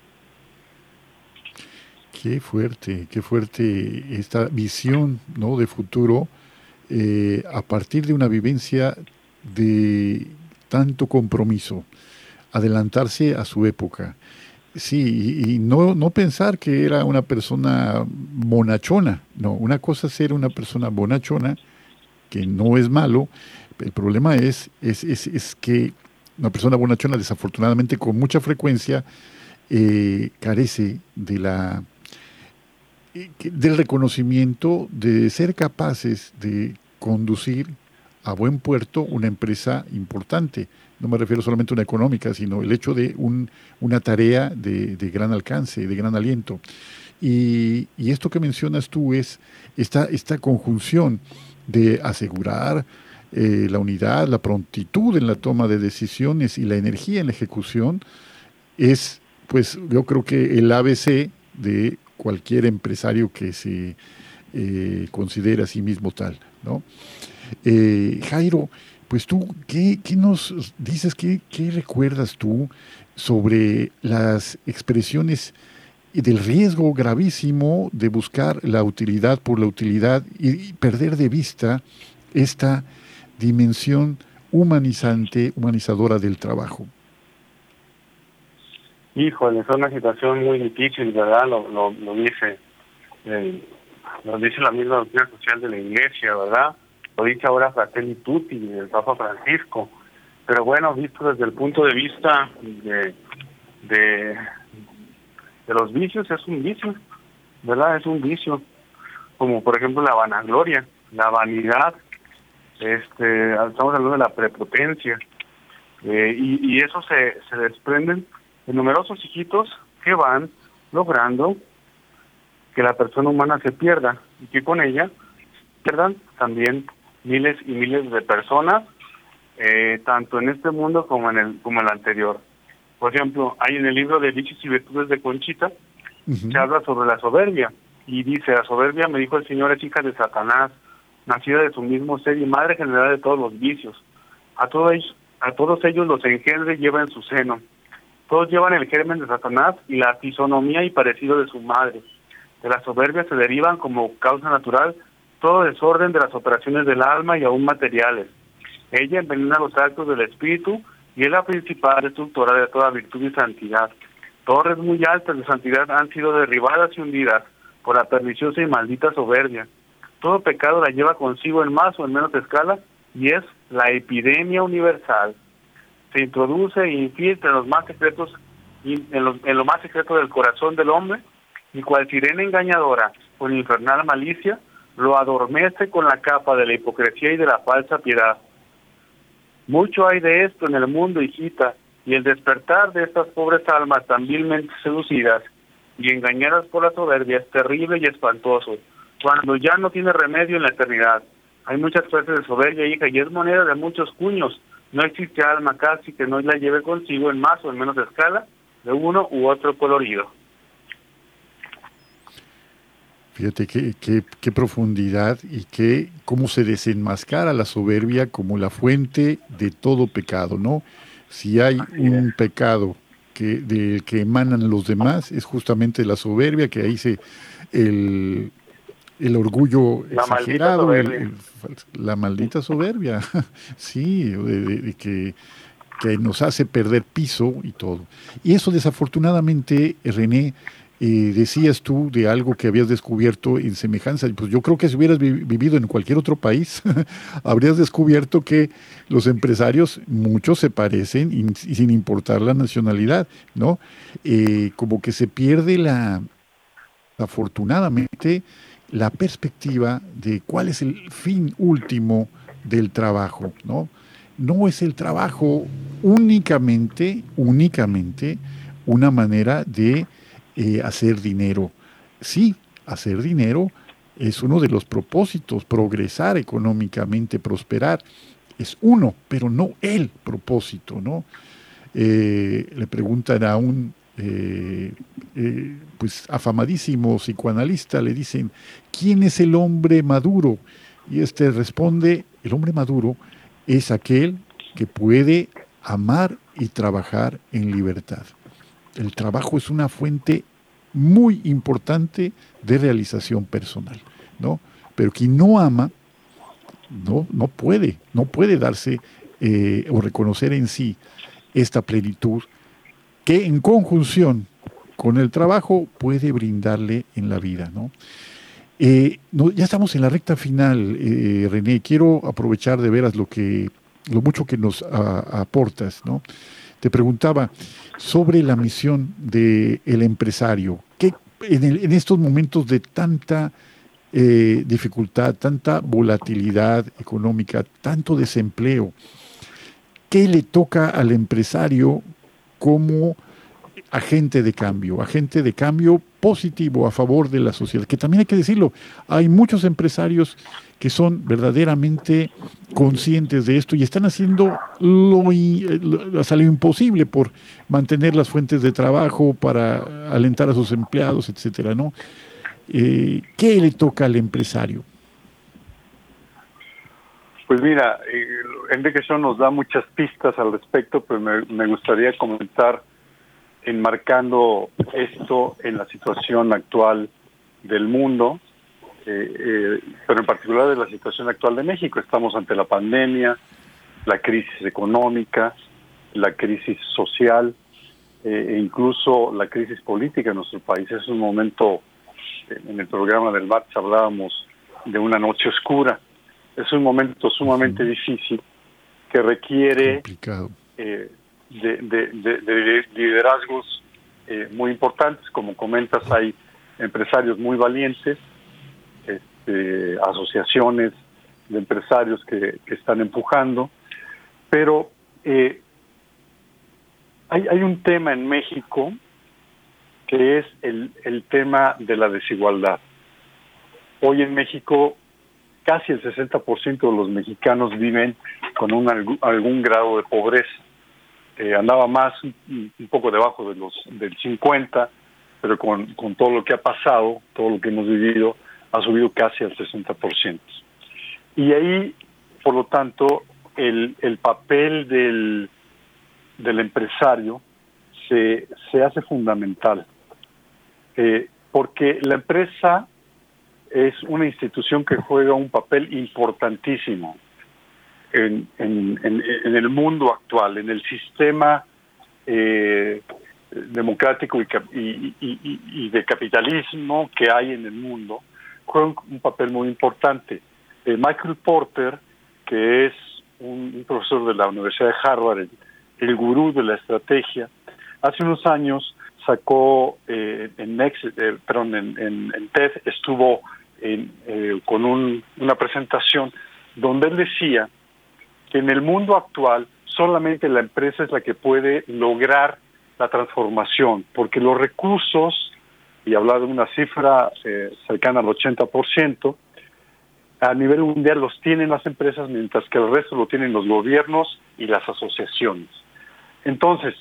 Qué fuerte, qué fuerte esta visión, ¿no?, de futuro eh, a partir de una vivencia de tanto compromiso, adelantarse a su época. Sí, y, y no, no pensar que era una persona bonachona, no, una cosa es ser una persona bonachona, que no es malo. El problema es, es, es, es que una persona bonachona, desafortunadamente, con mucha frecuencia, eh, carece de la eh, del reconocimiento de ser capaces de conducir a buen puerto una empresa importante. No me refiero solamente a una económica, sino el hecho de un, una tarea de, de gran alcance, de gran aliento. Y, y esto que mencionas tú es esta, esta conjunción de asegurar eh, la unidad, la prontitud en la toma de decisiones y la energía en la ejecución, es, pues, yo creo que el A B C de cualquier empresario que se eh, considere a sí mismo tal, ¿no? Eh, Jairo, pues tú, ¿qué, qué nos dices, qué, qué recuerdas tú sobre las expresiones del riesgo gravísimo de buscar la utilidad por la utilidad y, y perder de vista esta dimensión humanizante, humanizadora del trabajo? Híjole, es una situación muy difícil, ¿verdad? Lo, lo, lo dice eh, lo dice la misma doctrina social de la Iglesia, ¿verdad? Lo dice ahora Fratelli Tutti, el Papa Francisco. Pero bueno, visto desde el punto de vista de, de, de los vicios, es un vicio, ¿verdad? Es un vicio. Como por ejemplo la vanagloria, la vanidad, este, estamos hablando de la prepotencia. Eh, y, y eso se, se desprenden de numerosos hijitos que van logrando que la persona humana se pierda y que con ella pierdan también miles y miles de personas, eh, tanto en este mundo como en el como en el anterior. Por ejemplo, hay en el libro de Dichos y Virtudes de Conchita, uh-huh. se habla sobre la soberbia, y dice: la soberbia, me dijo el Señor, es hija de Satanás, nacida de su mismo ser y madre general de todos los vicios. A todos ellos, a todos ellos los engendra y lleva en su seno. Todos llevan el germen de Satanás y la fisonomía y parecido de su madre. De la soberbia se derivan como causa natural todo desorden de las operaciones del alma y aún materiales. Ella envenena los actos del espíritu y es la principal destructora de toda virtud y santidad. Torres muy altas de santidad han sido derribadas y hundidas por la perniciosa y maldita soberbia. Todo pecado la lleva consigo en más o en menos escala y es la epidemia universal. Se introduce e infiltra en los más secretos, en lo, en lo más secreto del corazón del hombre, y cual sirena engañadora con infernal malicia lo adormece con la capa de la hipocresía y de la falsa piedad. Mucho hay de esto en el mundo, hijita, y el despertar de estas pobres almas tan vilmente seducidas y engañadas por la soberbia es terrible y espantoso, cuando ya no tiene remedio en la eternidad. Hay muchas clases de soberbia, hija, y es moneda de muchos cuños. No existe alma casi que no la lleve consigo en más o en menos escala de uno u otro colorido. Fíjate qué, qué, qué profundidad y qué, cómo se desenmascara la soberbia como la fuente de todo pecado, ¿no? Si hay un pecado que del que emanan los demás, es justamente la soberbia, que ahí se el, el orgullo la exagerado, maldita el, el, la maldita soberbia, sí, de, de, de que, que nos hace perder piso y todo. Y eso desafortunadamente, René, Eh, decías tú de algo que habías descubierto en semejanza. Pues yo creo que si hubieras vi- vivido en cualquier otro país, habrías descubierto que los empresarios, muchos se parecen, y, y sin importar la nacionalidad, ¿no? Eh, como que se pierde la, afortunadamente, la perspectiva de cuál es el fin último del trabajo, ¿no? No es el trabajo únicamente, únicamente una manera de Eh, hacer dinero. Sí, hacer dinero es uno de los propósitos, progresar económicamente, prosperar, es uno, pero no el propósito, ¿no? Eh, le preguntan a un eh, eh, pues afamadísimo psicoanalista, le dicen, ¿quién es el hombre maduro? Y este responde, el hombre maduro es aquel que puede amar y trabajar en libertad. El trabajo es una fuente muy importante de realización personal, ¿no? Pero quien no ama, no, no puede, no puede darse eh, o reconocer en sí esta plenitud que en conjunción con el trabajo puede brindarle en la vida, ¿no? Eh, no, ya estamos en la recta final, eh, René. Quiero aprovechar de veras lo que, lo mucho que nos a, aportas, ¿no? Te preguntaba sobre la misión del empresario. ¿Qué, en, el, en estos momentos de tanta eh, dificultad, tanta volatilidad económica, tanto desempleo, qué le toca al empresario como agente de cambio, agente de cambio positivo a favor de la sociedad? Que también hay que decirlo, hay muchos empresarios que son verdaderamente conscientes de esto y están haciendo lo, lo, hasta lo imposible por mantener las fuentes de trabajo, para alentar a sus empleados, etcétera, ¿no? Eh, ¿Qué le toca al empresario? Pues mira, eh, Enrique Shaw nos da muchas pistas al respecto, pero me, me gustaría comentar enmarcando esto en la situación actual del mundo, eh, eh, pero en particular de la situación actual de México. Estamos ante la pandemia, la crisis económica, la crisis social, eh, e incluso la crisis política en nuestro país. Es un momento, eh, en el programa del martes hablábamos de una noche oscura. Es un momento sumamente uh-huh. difícil que requiere eh, de, de, de, de liderazgos eh, muy importantes. Como comentas, hay empresarios muy valientes, este, asociaciones de empresarios que, que están empujando, pero eh, hay, hay un tema en México que es el, el tema de la desigualdad. Hoy en México, casi el sesenta por ciento de los mexicanos viven con un, algún grado de pobreza. Eh, andaba más, un, un poco debajo de los del cincuenta, pero con, con todo lo que ha pasado, todo lo que hemos vivido, ha subido casi al sesenta por ciento. Y ahí, por lo tanto, el, el papel del, del empresario se, se hace fundamental, eh, porque la empresa es una institución que juega un papel importantísimo en, en, en, en el mundo actual, en el sistema eh, democrático y, y, y, y de capitalismo que hay en el mundo. Juega un, un papel muy importante. Eh, Michael Porter, que es un, un profesor de la Universidad de Harvard, el, el gurú de la estrategia, hace unos años sacó eh, en, Next, eh, perdón, en, en, en TED, estuvo en, eh, con un, una presentación donde él decía que en el mundo actual solamente la empresa es la que puede lograr la transformación, porque los recursos, y hablar de una cifra eh, cercana al ochenta por ciento, a nivel mundial los tienen las empresas, mientras que el resto lo tienen los gobiernos y las asociaciones. Entonces,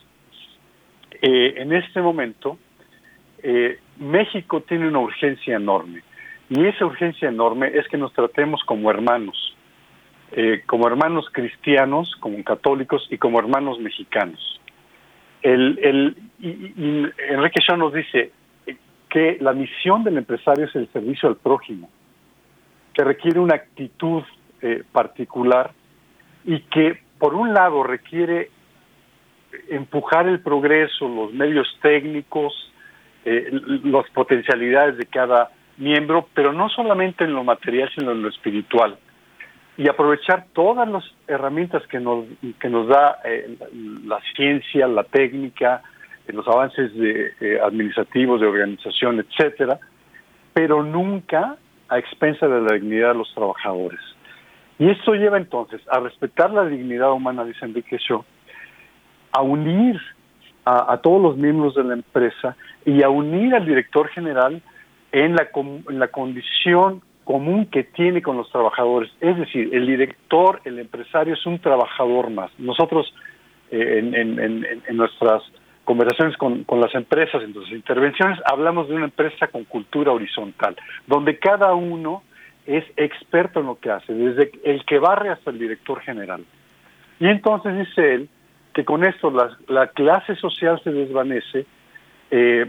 eh, en este momento, eh, México tiene una urgencia enorme, y esa urgencia enorme es que nos tratemos como hermanos, eh, como hermanos cristianos, como católicos y como hermanos mexicanos. El, el, y, y Enrique Shaw nos dice que la misión del empresario es el servicio al prójimo, que requiere una actitud eh, particular y que, por un lado, requiere empujar el progreso, los medios técnicos, eh, las potencialidades de cada miembro, pero no solamente en lo material, sino en lo espiritual, y aprovechar todas las herramientas que nos que nos da eh, la ciencia, la técnica, eh, los avances de, eh, administrativos, de organización, etcétera, pero nunca a expensa de la dignidad de los trabajadores. Y esto lleva entonces a respetar la dignidad humana, dice Enrique Shaw, a unir a, a todos los miembros de la empresa y a unir al director general en la, en la condición común que tiene con los trabajadores. Es decir, el director, el empresario es un trabajador más. Nosotros eh, en, en, en, en nuestras conversaciones con, con las empresas, en nuestras intervenciones, hablamos de una empresa con cultura horizontal, donde cada uno es experto en lo que hace, desde el que barre hasta el director general. Y entonces dice él que con esto la, la clase social se desvanece eh,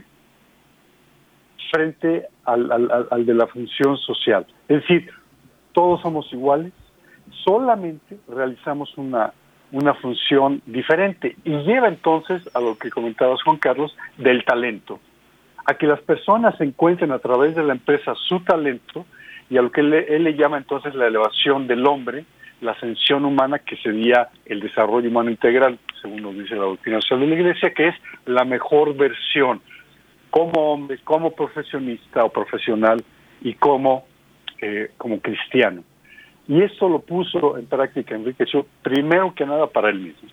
frente al, al, al de la función social. Es decir, todos somos iguales, solamente realizamos una, una función diferente, y lleva entonces a lo que comentabas, Juan Carlos, del talento, a que las personas encuentren a través de la empresa su talento, y a lo que él, él le llama entonces la elevación del hombre, la ascensión humana, que sería el desarrollo humano integral, según nos dice la doctrina social de la Iglesia, que es la mejor versión como hombre, como profesionista o profesional y como, eh, como cristiano. Y esto lo puso en práctica Enrique Shaw, primero que nada para él mismo.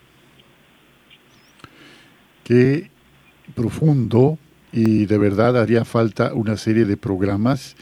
Qué profundo, y de verdad haría falta una serie de programas.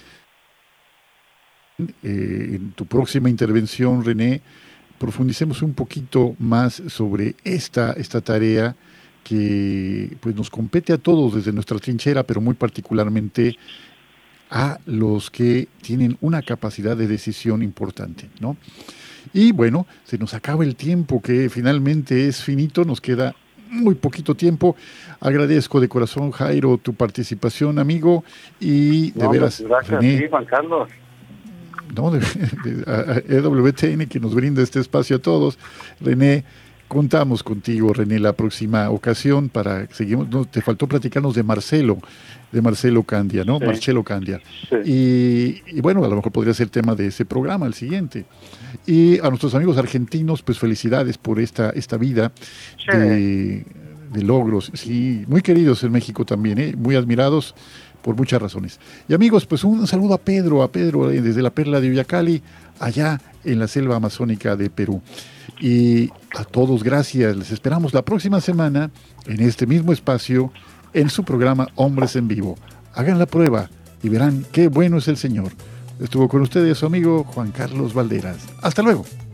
Eh, en tu próxima intervención, René, profundicemos un poquito más sobre esta, esta tarea que pues nos compete a todos desde nuestra trinchera, pero muy particularmente a los que tienen una capacidad de decisión importante, ¿no? Y bueno, se nos acaba el tiempo, que finalmente es finito, nos queda muy poquito tiempo. Agradezco de corazón, Jairo, tu participación, amigo, y de no, veras, gracias, René, sí, Juan Carlos. No, de, de, a E W T N, que nos brinda este espacio a todos. René, contamos contigo, René, la próxima ocasión para seguimos. No, te faltó platicarnos de Marcelo, de Marcelo Candia, ¿no? Sí. Marcelo Candia. Sí. Y, y bueno, a lo mejor podría ser tema de ese programa, el siguiente. Y a nuestros amigos argentinos, pues felicidades por esta, esta vida Sí. de, de logros. Sí, muy queridos en México también, ¿eh? Muy admirados por muchas razones. Y amigos, pues un saludo a Pedro, a Pedro eh, desde la Perla de Ullacali, allá en la selva amazónica de Perú. Y a todos, gracias. Les esperamos la próxima semana en este mismo espacio en su programa Hombres en Vivo. Hagan la prueba y verán qué bueno es el Señor. Estuvo con ustedes su amigo Juan Carlos Valderas. Hasta luego.